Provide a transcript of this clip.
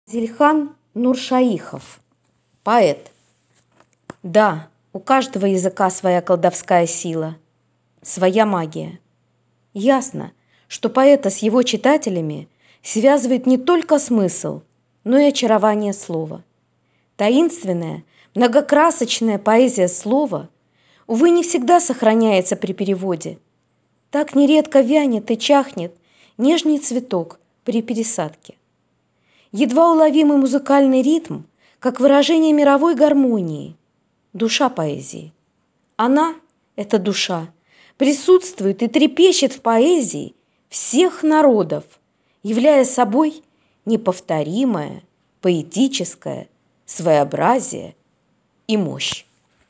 Зильхан Нуршаихов, поэт. Да, у каждого языка своя колдовская сила, своя магия. Ясно, что поэта с его читателями связывает не только смысл, но и очарование слова. Таинственная, многокрасочная поэзия слова, увы, не всегда сохраняется при переводе. Так нередко вянет и чахнет нежный цветок при пересадке. Едва уловимый музыкальный ритм, как выражение мировой гармонии, душа поэзии. Она, эта душа, присутствует и трепещет в поэзии всех народов, являя собой неповторимое, поэтическое своеобразие и мощь.